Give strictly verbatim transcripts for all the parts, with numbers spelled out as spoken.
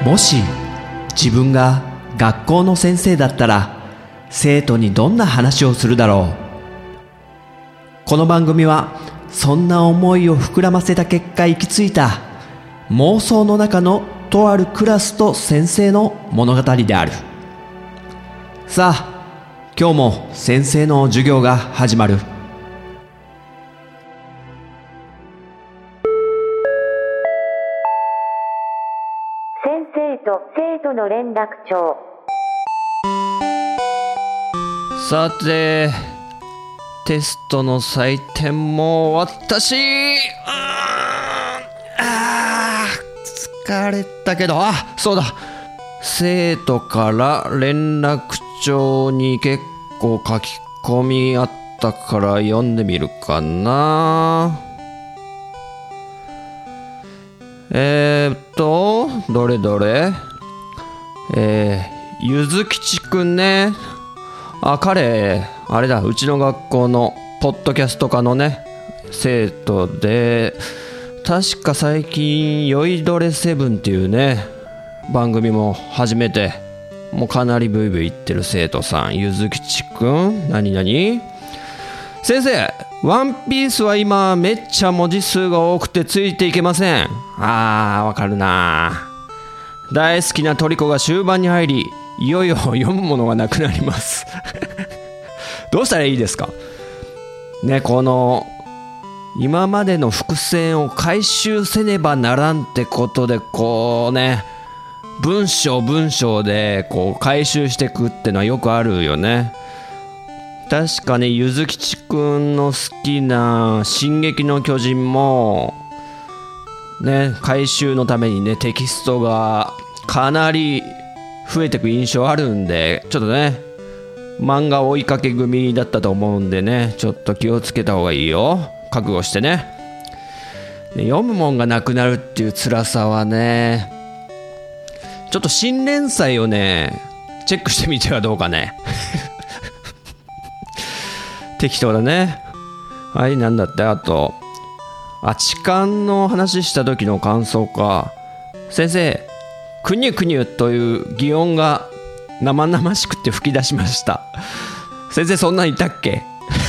もし自分が学校の先生だったら生徒にどんな話をするだろう。この番組はそんな思いを膨らませた結果行き着いた妄想の中のとあるクラスと先生の物語である。さあ、今日も先生の授業が始まる。 先生と生徒の連絡帳。 さて、テストの採点も終わったし、うーんあー疲れたけど、あ、そうだ、生徒から連絡帳に結構書き込みあったから読んでみるかな。えーっとどれどれえー、ゆずきちくんね。あ、彼あれだ、うちの学校のポッドキャスト科のね生徒で、確か最近酔いどれセブンっていうね番組も始めて、もうかなりブイブイ言ってる生徒さん、ゆずきちくん。なになに先生、ワンピースは今めっちゃ文字数が多くてついていけません。あー、わかるな。大好きなトリコが終盤に入り、いよいよ読むものがなくなりますどうしたらいいですかね。この今までの伏線を回収せねばならんってことで、こうね、文章文章でこう回収していくってのはよくあるよね。確かね、ゆずきちくんの好きな進撃の巨人もね、回収のためにねテキストがかなり増えていく印象あるんで、ちょっとね漫画追いかけ組だったと思うんでね、ちょっと気をつけた方がいいよ。覚悟してね。読むもんがなくなるっていう辛さはね、ちょっと新連載をねチェックしてみてはどうかね適当だね。はい、なんだって。あと、あ、痴漢の話した時の感想か。先生、くにゅくにゅという擬音が生々しくて吹き出しました。先生、そんなんいたっけ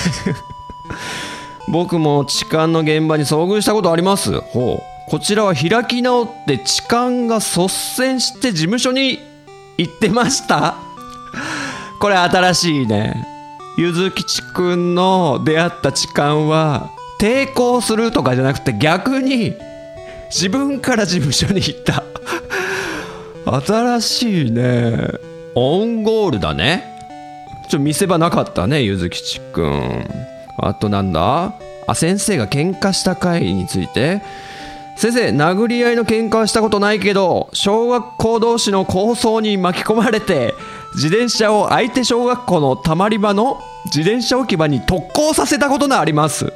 僕も痴漢の現場に遭遇したことあります。ほう。こちらは開き直って痴漢が率先して事務所に行ってました。これ新しいね。ゆずきちくんの出会った痴漢は抵抗するとかじゃなくて、逆に自分から事務所に行った新しいね。オンゴールだね。ちょっと見せ場なかったね、ゆずきちくん。あとなんだ、あ、先生が喧嘩した回について。先生、殴り合いの喧嘩はしたことないけど、小学校同士の抗争に巻き込まれて自転車を相手小学校のたまり場の自転車置き場に特攻させたことがあります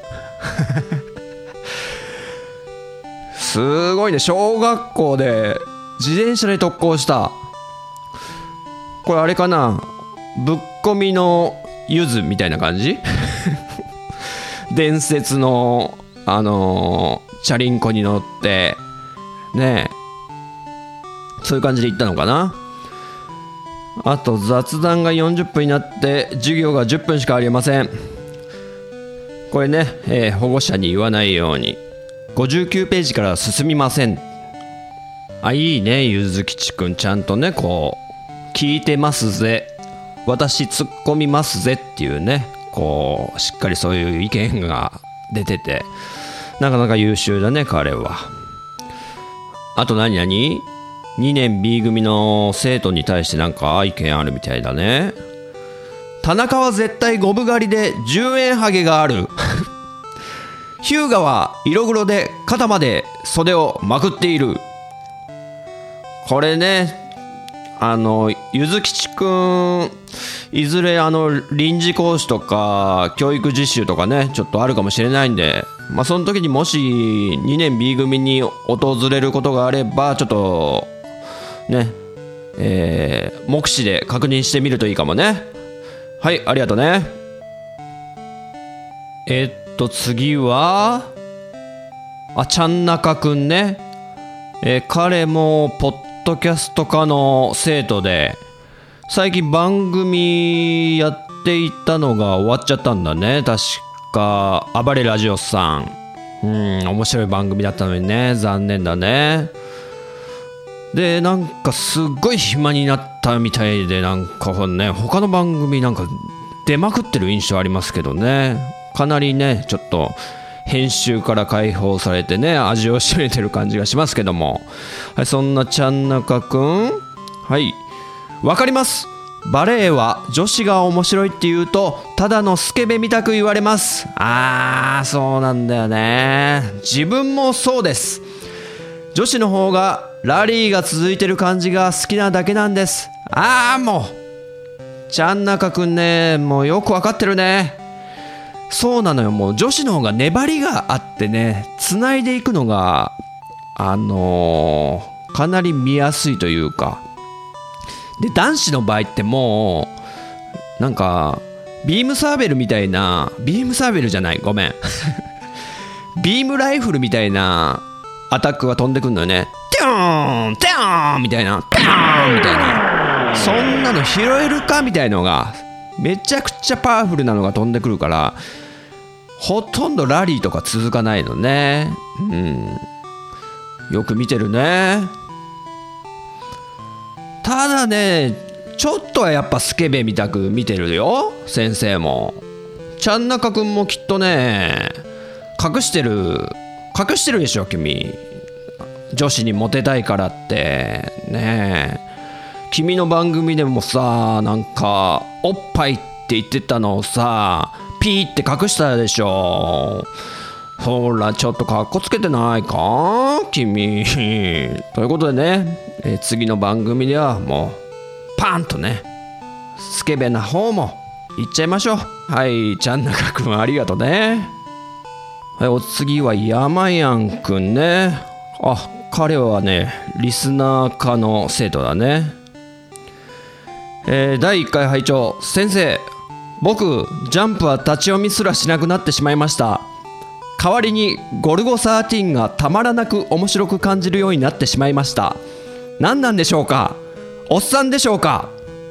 すごいね。小学校で自転車で特攻した。これあれかな、ぶっこみのゆずみたいな感じ伝説のあのー、チャリンコに乗ってねえ、そういう感じで行ったのかな。あと雑談がよんじゅっぷんになって授業がじゅっぷんしかありません。これね、えー、保護者に言わないようにごじゅうきゅうページから進みません。あ、いいね、ゆずきちくん。ちゃんとね、こう聞いてますぜ、私突っ込みますぜっていうね、こうしっかりそういう意見が出てて、なかなか優秀だね、彼は。あと何々にねん B 組の生徒に対してなんか意見あるみたいだね。田中は絶対ゴブ狩りでじゅうえんハゲがある日向は色黒で肩まで袖をまくっている。これね、あのゆずきちくん、いずれあの臨時講師とか教育実習とかねちょっとあるかもしれないんで、まあその時にもしにねん B 組に訪れることがあれば、ちょっとね、えー、目視で確認してみるといいかもね。はい、ありがとうね。えっと次はあ、ちゃんなかくんね。えー、彼もポッドキャスト科の生徒で、最近番組やっていたのが終わっちゃったんだね。確か暴れラジオさん、うん面白い番組だったのにね、残念だね。でなんかすっごい暇になったみたいで、なんかね他の番組なんか出まくってる印象ありますけどね。かなりねちょっと編集から解放されてね、味を占めてる感じがしますけども、はい、そんなちゃんなかくん、はい、わかります。バレエは女子が面白いって言うとただのスケベみたく言われます。あーそうなんだよね。自分もそうです。女子の方がラリーが続いてる感じが好きなだけなんです。あーもうちゃんなかくんね、もうよくわかってるね。そうなのよ、もう女子の方が粘りがあってね、繋いでいくのがあのー、かなり見やすいというか。で男子の場合ってもうなんかビームサーベルみたいな、ビームサーベルじゃないごめんビームライフルみたいなアタックが飛んでくるのよね。ティーンティーンみたいな、ピャーンみたいな、そんなの拾えるかみたいのがめちゃくちゃパワフルなのが飛んでくるから、ほとんどラリーとか続かないのね。うん、よく見てるね。ただねちょっとはやっぱスケベみたく見てるよ、先生も。ちゃんなかくんもきっとね隠してる隠してるでしょ君。女子にモテたいからってね。君の番組でもさ、なんかおっぱいって言ってたのをさピーって隠したでしょ。ほらちょっとかっこつけてないか君ということでね、えー、次の番組ではもうパンとねスケベな方もいっちゃいましょう。はい、ちゃんなかくんありがとうね。はい、お次は山やんくんね。あ、彼はねリスナー科の生徒だね。えー、だいいっかい拝聴。先生、僕ジャンプは立ち読みすらしなくなってしまいました。代わりにゴルゴじゅうさんがたまらなく面白く感じるようになってしまいました。何なんでしょうか。おっさんでしょうか。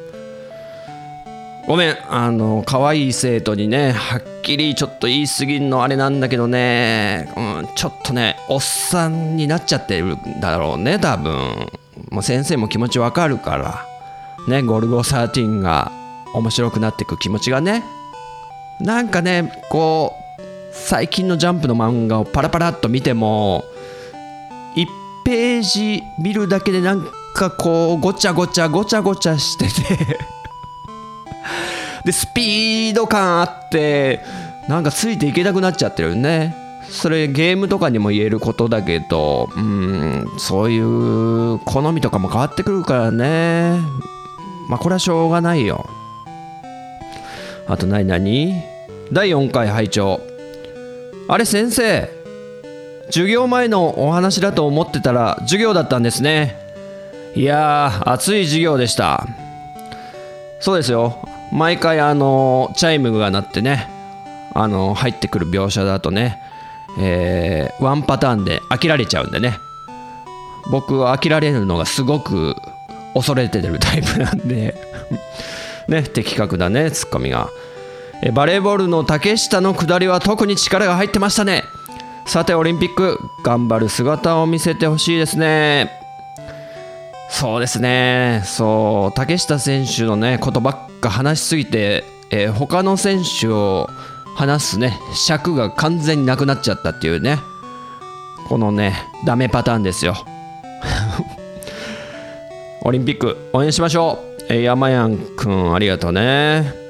ごめん、あの可愛い生徒にねはっきりちょっと言い過ぎるのあれなんだけどね、うん、ちょっとねおっさんになっちゃってるんだろうね多分。もう先生も気持ちわかるからね、ゴルゴじゅうさんが面白くなっていく気持ちがね。なんかねこう最近のジャンプの漫画をパラパラっと見てもいちページ見るだけでなんかこうごちゃごちゃごちゃごちゃしててでスピード感あってなんかついていけなくなっちゃってるね。それゲームとかにも言えることだけど、うーんそういう好みとかも変わってくるからね。まあこれはしょうがないよ。あと何何だいよんかい拝聴。あれ先生、授業前のお話だと思ってたら授業だったんですね。いやー熱い授業でした。そうですよ、毎回あのチャイムが鳴ってね、あの入ってくる描写だとね、えー、ワンパターンで飽きられちゃうんでね。僕は飽きられるのがすごく恐れてるタイプなんでね、的確だねツッコミが。えバレーボールの竹下の下りは特に力が入ってましたね。さてオリンピック頑張る姿を見せてほしいですね。そうですね、そう竹下選手のねことばっか話しすぎて、えー、他の選手を話すね尺が完全になくなっちゃったっていうね、このねダメパターンですよオリンピック応援しましょう。えー、山やんくんありがとうね。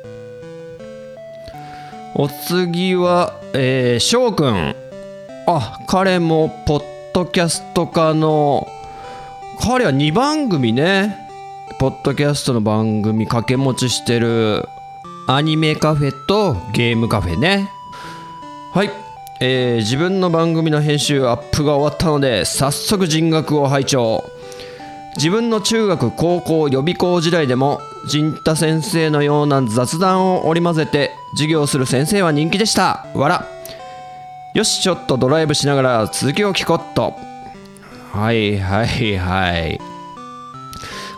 お次は、えー、翔くん。あ、彼もポッドキャスト科の、彼はにばんぐみね。ポッドキャストの番組掛け持ちしてるアニメカフェとゲームカフェね。はい、えー、自分の番組の編集アップが終わったので早速人学を拝聴。自分の中学高校予備校時代でも陣太先生のような雑談を織り交ぜて授業する先生は人気でした。わら。よし、ちょっとドライブしながら続きを聞こっと。はいはいはい。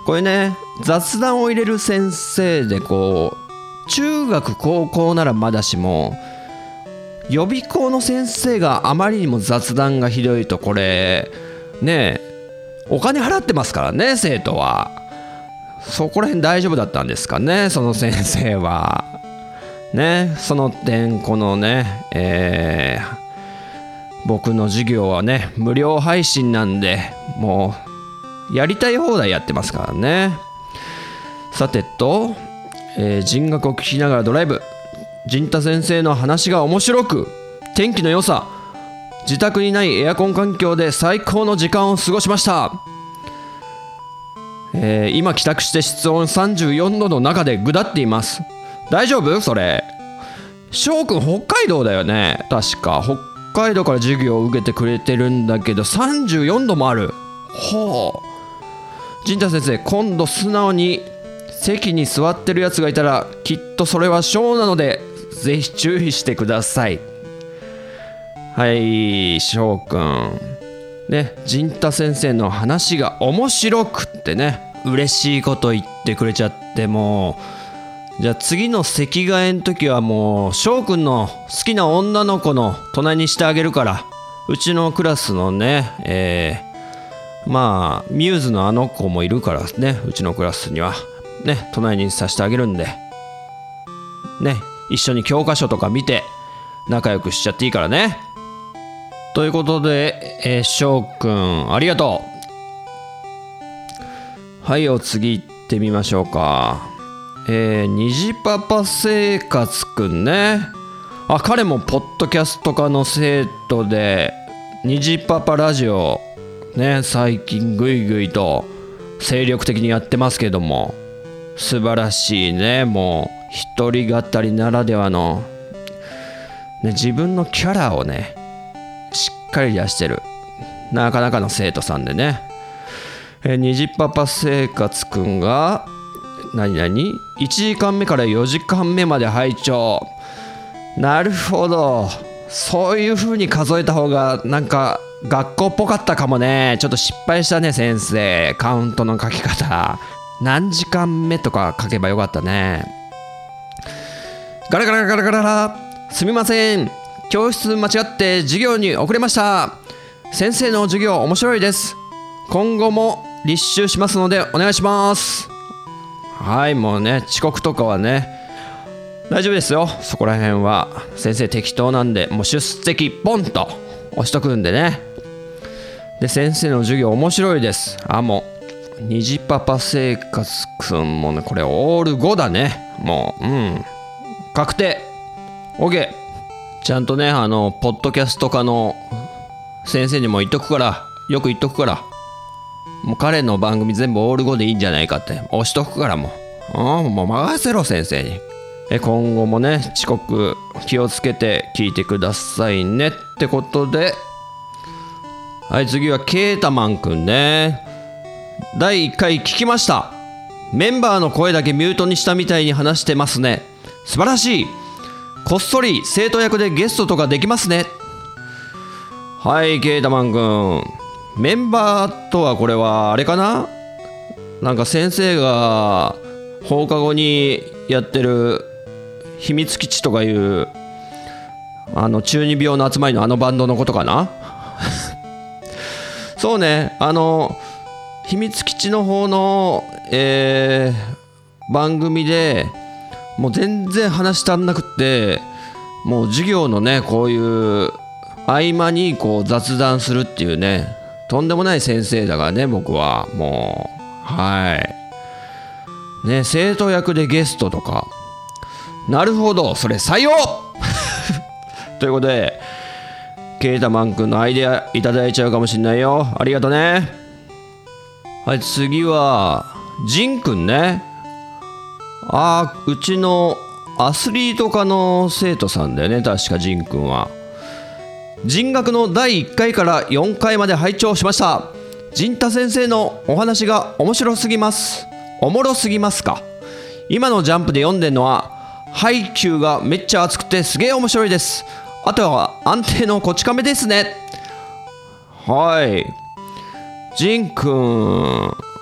これね雑談を入れる先生でこう中学高校ならまだしも予備校の先生があまりにも雑談がひどいとこれねお金払ってますからね生徒は。そこら辺大丈夫だったんですかねその先生はね。その点このね、えー、僕の授業はね無料配信なんでもうやりたい放題やってますからね。さてと、えー、人学を聞きながらドライブ、陣太先生の話が面白く天気の良さ、自宅にないエアコン環境で最高の時間を過ごしました。えー、今帰宅して室温さんじゅうよんどの中でぐだっています。大丈夫それ。翔くん北海道だよね確か。北海道から授業を受けてくれてるんだけどさんじゅうよんどもある。ほう。陣太先生今度素直に席に座ってるやつがいたらきっとそれは翔なのでぜひ注意してください。はい翔くんね、陣太先生の話が面白くってね嬉しいこと言ってくれちゃって、もうじゃあ次の席替えの時はもう翔くんの好きな女の子の隣にしてあげるから、うちのクラスのね、えー、まあミューズのあの子もいるからね、うちのクラスにはね隣にさせてあげるんでね、一緒に教科書とか見て仲良くしちゃっていいからね。ということで、えー、翔くんありがとう。はいお次行ってみましょうか。えー、虹パパ生活くんね。あ彼もポッドキャスト科の生徒で虹パパラジオね最近ぐいぐいと精力的にやってますけども素晴らしいね。もう一人語りならではの、ね、自分のキャラをねしっかり出してるなかなかの生徒さんでね。え虹パパ生活くんが何何いちじかんめからよじかんめまで拝聴。なるほどそういう風に数えた方がなんか学校っぽかったかもね。ちょっと失敗したね先生、カウントの書き方何時間目とか書けばよかったね。ガラガラガラガラガラすみません教室間違って授業に遅れました。先生の授業面白いです。今後も立習しますのでお願いします。はいもうね遅刻とかはね大丈夫ですよ。そこら辺は先生適当なんでもう出席ポンと押しとくんでね。で先生の授業面白いです。あもう虹パパ生活くんもねこれオールごだね。もううん確定 OK。 ちゃんとねあのポッドキャスト科の先生にも言っとくからよく言っとくからもう彼の番組全部オールごでいいんじゃないかって押しとくからもう、うん、もう任せろ先生に。え今後もね遅刻気をつけて聞いてくださいねってことで、はい次はケータマンくんね。だいいっかい聞きました。メンバーの声だけミュートにしたみたいに話してますね。素晴らしい。こっそり生徒役でゲストとかできますね。はいケータマンくんメンバーとはこれはあれかな、なんか先生が放課後にやってる秘密基地とかいうあの中二病の集まりのあのバンドのことかなそうねあの秘密基地の方の、えー、番組でもう全然話足んなくってもう授業のねこういう合間にこう雑談するっていうねとんでもない先生だからね僕はもうはいね生徒役でゲストとかなるほどそれ採用ということでケータマンくんのアイデアいただいちゃうかもしんないよ。ありがとね。はい次はジンくんね。あーうちのアスリート科の生徒さんだよね確かジンくんは。人学のだいいっかいからよんかいまで拝聴しました。陣太先生のお話が面白すぎます。おもろすぎますか。今のジャンプで読んでるのはハイキューがめっちゃ熱くてすげえ面白いです。あとは安定のこち亀ですね。はいジンくん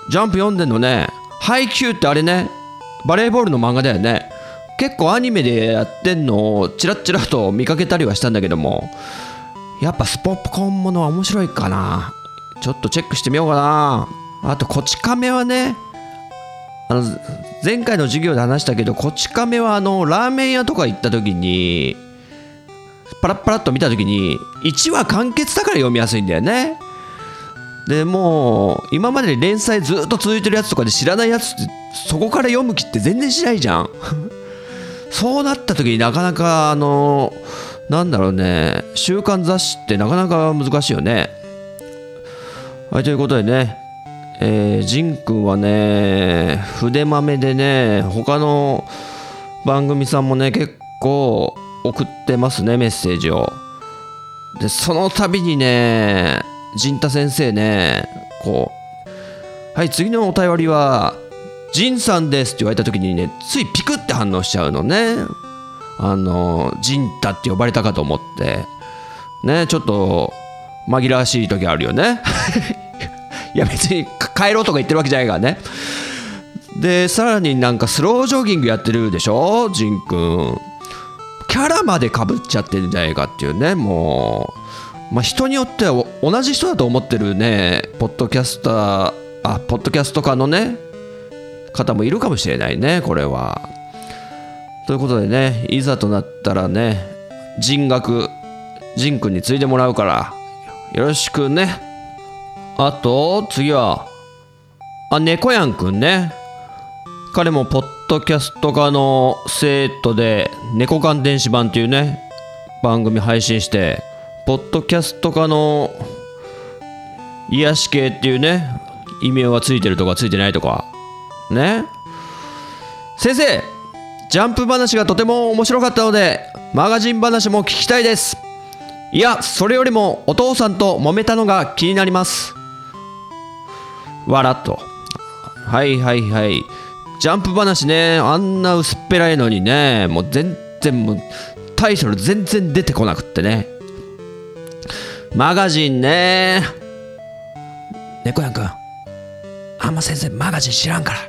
ジャンプ読んでんのね。ハイキューってあれね、バレーボールの漫画だよね。結構アニメでやってんのをチラッチラッと見かけたりはしたんだけども、やっぱスポップコーンものは面白いかな。ちょっとチェックしてみようかな。あとこち亀はね、あの前回の授業で話したけど、こち亀はあのラーメン屋とか行った時にパラッパラッと見た時にいちわ完結だから読みやすいんだよね。でもう今まで連載ずっと続いてるやつとかで知らないやつってそこから読む気って全然しないじゃんそうなった時になかなかあのなんだろうね、週刊雑誌ってなかなか難しいよね。はい、ということでね、えー、ジンくんはね筆まめでね、他の番組さんもね結構送ってますね、メッセージを。でその度にね陣太先生ね、こうはい次のお便りは陣さんですって言われた時にね、ついピクって反応しちゃうのね。あの陣太って呼ばれたかと思ってね、ちょっと紛らわしい時あるよねいや別に帰ろうとか言ってるわけじゃないからね。でさらになんかスロージョギングやってるでしょ、陣くん。キャラまでかぶっちゃってるんじゃないかっていうね。もうまあ人によっては同じ人だと思ってるねポッドキャスターあポッドキャスト家のね方もいるかもしれないね、これは。ということでね、いざとなったらね、陣学陣くんに継いでもらうからよろしくね。あと次はあ猫やんくんね。彼もポッドキャスト科の生徒で猫缶電子版っていうね番組配信して、ポッドキャスト科の癒し系っていうね異名がついてるとかついてないとかね。先生、ジャンプ話がとても面白かったのでマガジン話も聞きたいです。いやそれよりもお父さんと揉めたのが気になります。わらっと。はいはいはい、ジャンプ話ね、あんな薄っぺらいのにね、もう全然もうタイトル全然出てこなくってね。マガジンね、猫やんくんあんま先生マガジン知らんから、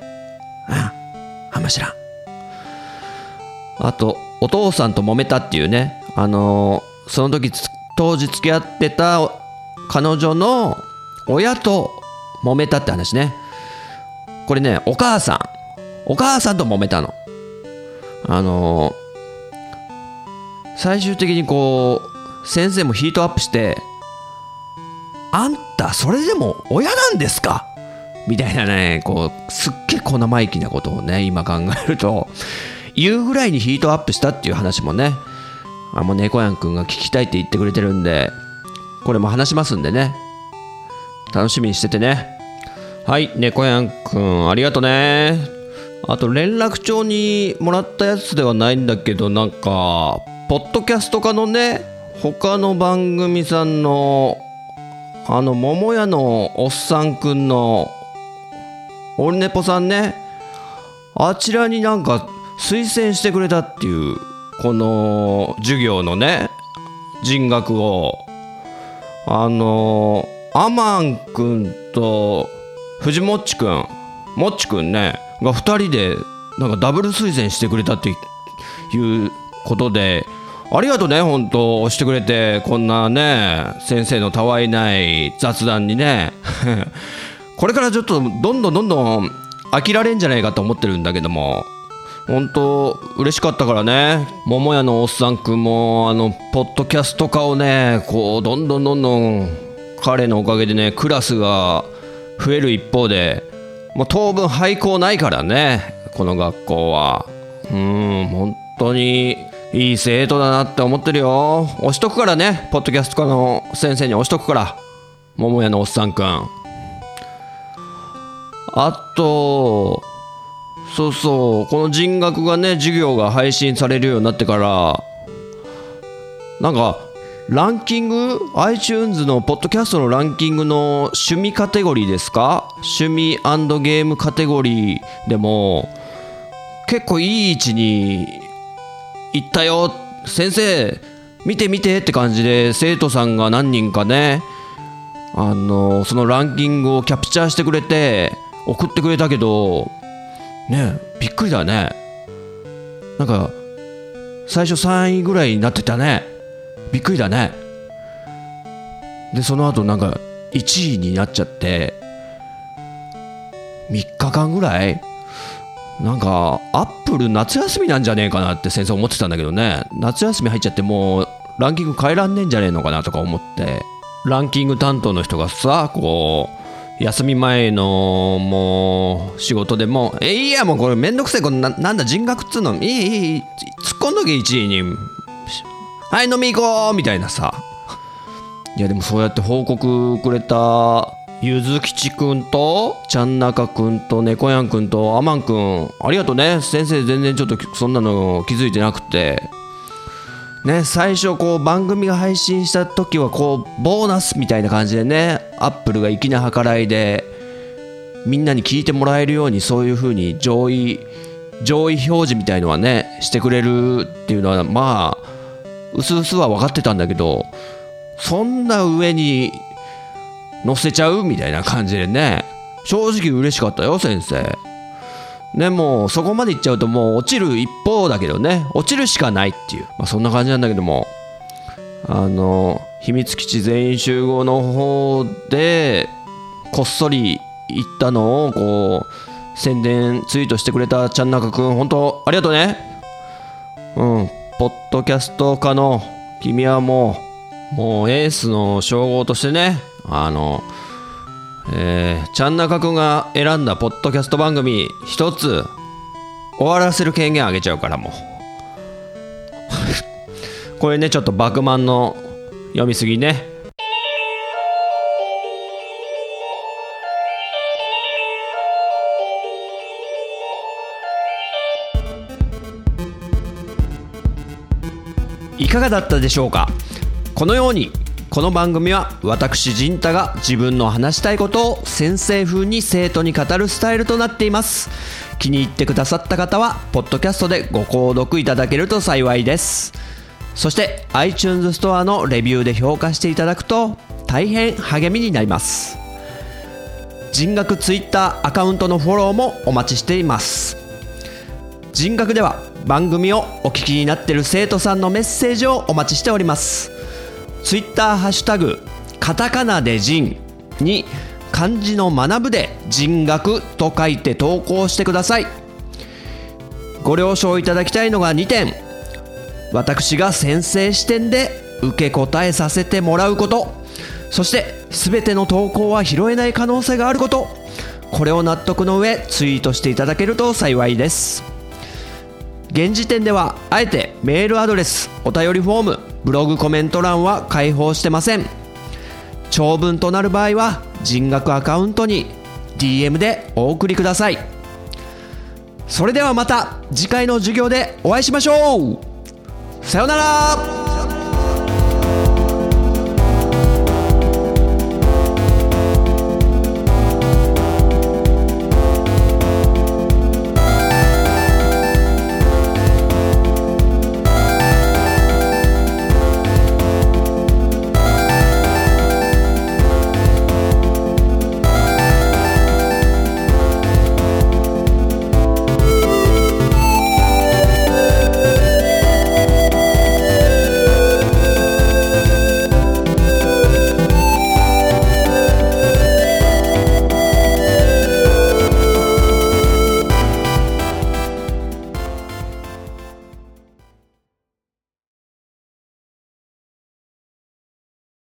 うんあんま知らん。あとお父さんと揉めたっていうね、あのー、その時当時付き合ってた彼女の親と揉めたって話ね。これね、お母さんお母さんと揉めたの。あのー、最終的にこう先生もヒートアップして、あんたそれでも親なんですかみたいなね、こうすっげえ小生意気なことをね今考えると言うぐらいにヒートアップしたっていう話もね、あもう猫やんくんが聞きたいって言ってくれてるんで、これも話しますんでね、楽しみにしててね。はい、猫やんくんありがとね。あと連絡帳にもらったやつではないんだけど、なんかポッドキャスト科のね他の番組さんのあの桃屋のおっさんくんのオルネポさんね、あちらになんか推薦してくれたっていうこの授業のね人学を、あのアマンくんと藤もっちくんもっちくんねがふたりでなんかダブル推薦してくれたっていうことで、ありがとうね、ほんと押してくれて。こんなね先生のたわいない雑談にねこれからちょっとどんどんどんどん飽きられんじゃないかと思ってるんだけども、ほんと嬉しかったからね。桃屋のおっさんくんもあのポッドキャスト化をねこうどんどんどんどん彼のおかげでねクラスが増える一方で、もう当分廃校ないからねこの学校は。うーん本当にいい生徒だなって思ってるよ。押しとくからね、ポッドキャスト科の先生に押しとくから、桃屋のおっさんくん。あとそうそう、この人学がね授業が配信されるようになってから、なんかランキング iTunes のポッドキャストのランキングの趣味カテゴリーですか、趣味&ゲームカテゴリーでも結構いい位置に行ったよ、先生見て見てって感じで生徒さんが何人かね、あのそのランキングをキャプチャーしてくれて送ってくれたけどね、びっくりだね。なんか最初さんいぐらいになってたね。びっくりだね。でその後なんかいちいになっちゃってみっかかんぐらいなんかアップル夏休みなんじゃねえかなって先生思ってたんだけどね。夏休み入っちゃってもうランキング変えらんねえんじゃねえのかなとか思って、ランキング担当の人がさ、こう休み前のもう仕事でもえいやもうこれめんどくせえ、これ な, なんだ人格っつうの、いいいいいい突っ込んどけいちいに、はい飲み行こうみたいなさ。いやでもそうやって報告くれたゆずきちくんとちゃんなかくんと猫やんくんとあまんくん、ありがとうね。先生全然ちょっとそんなの気づいてなくてね、最初こう番組が配信した時はこうボーナスみたいな感じでね、アップルが粋な計らいでみんなに聞いてもらえるようにそういう風に上位上位表示みたいのはねしてくれるっていうのはまあうすうすは分かってたんだけど、そんな上に載せちゃうみたいな感じでね、正直嬉しかったよ先生ね。もうそこまでいっちゃうともう落ちる一方だけどね、落ちるしかないっていう、まあ、そんな感じなんだけども、あの秘密基地全員集合の方でこっそり行ったのをこう宣伝ツイートしてくれたちゃんなかくん、本当ありがとうね。うんポッドキャスト家の君はもうもうエースの称号としてね、あのえー、ちゃんなかくんが選んだポッドキャスト番組一つ終わらせる権限あげちゃうからもうこれねちょっとバクマンの読みすぎね。いかがだったでしょうか。このようにこの番組は私陣太が自分の話したいことを先生風に生徒に語るスタイルとなっています。気に入ってくださった方はポッドキャストでご購読いただけると幸いです。そして iTunes ストアのレビューで評価していただくと大変励みになります。人学 Twitter アカウントのフォローもお待ちしています。人学では番組をお聞きになっている生徒さんのメッセージをお待ちしております。ツイッターハッシュタグカタカナで人に漢字の学ぶで人学と書いて投稿してください。ご了承いただきたいのがにてん、私が先生視点で受け答えさせてもらうこと、そして全ての投稿は拾えない可能性があること、これを納得の上ツイートしていただけると幸いです。現時点ではあえてメールアドレス、お便りフォーム、ブログコメント欄は開放してません。長文となる場合は人学アカウントに ディーエム でお送りください。それではまた次回の授業でお会いしましょう。さようなら。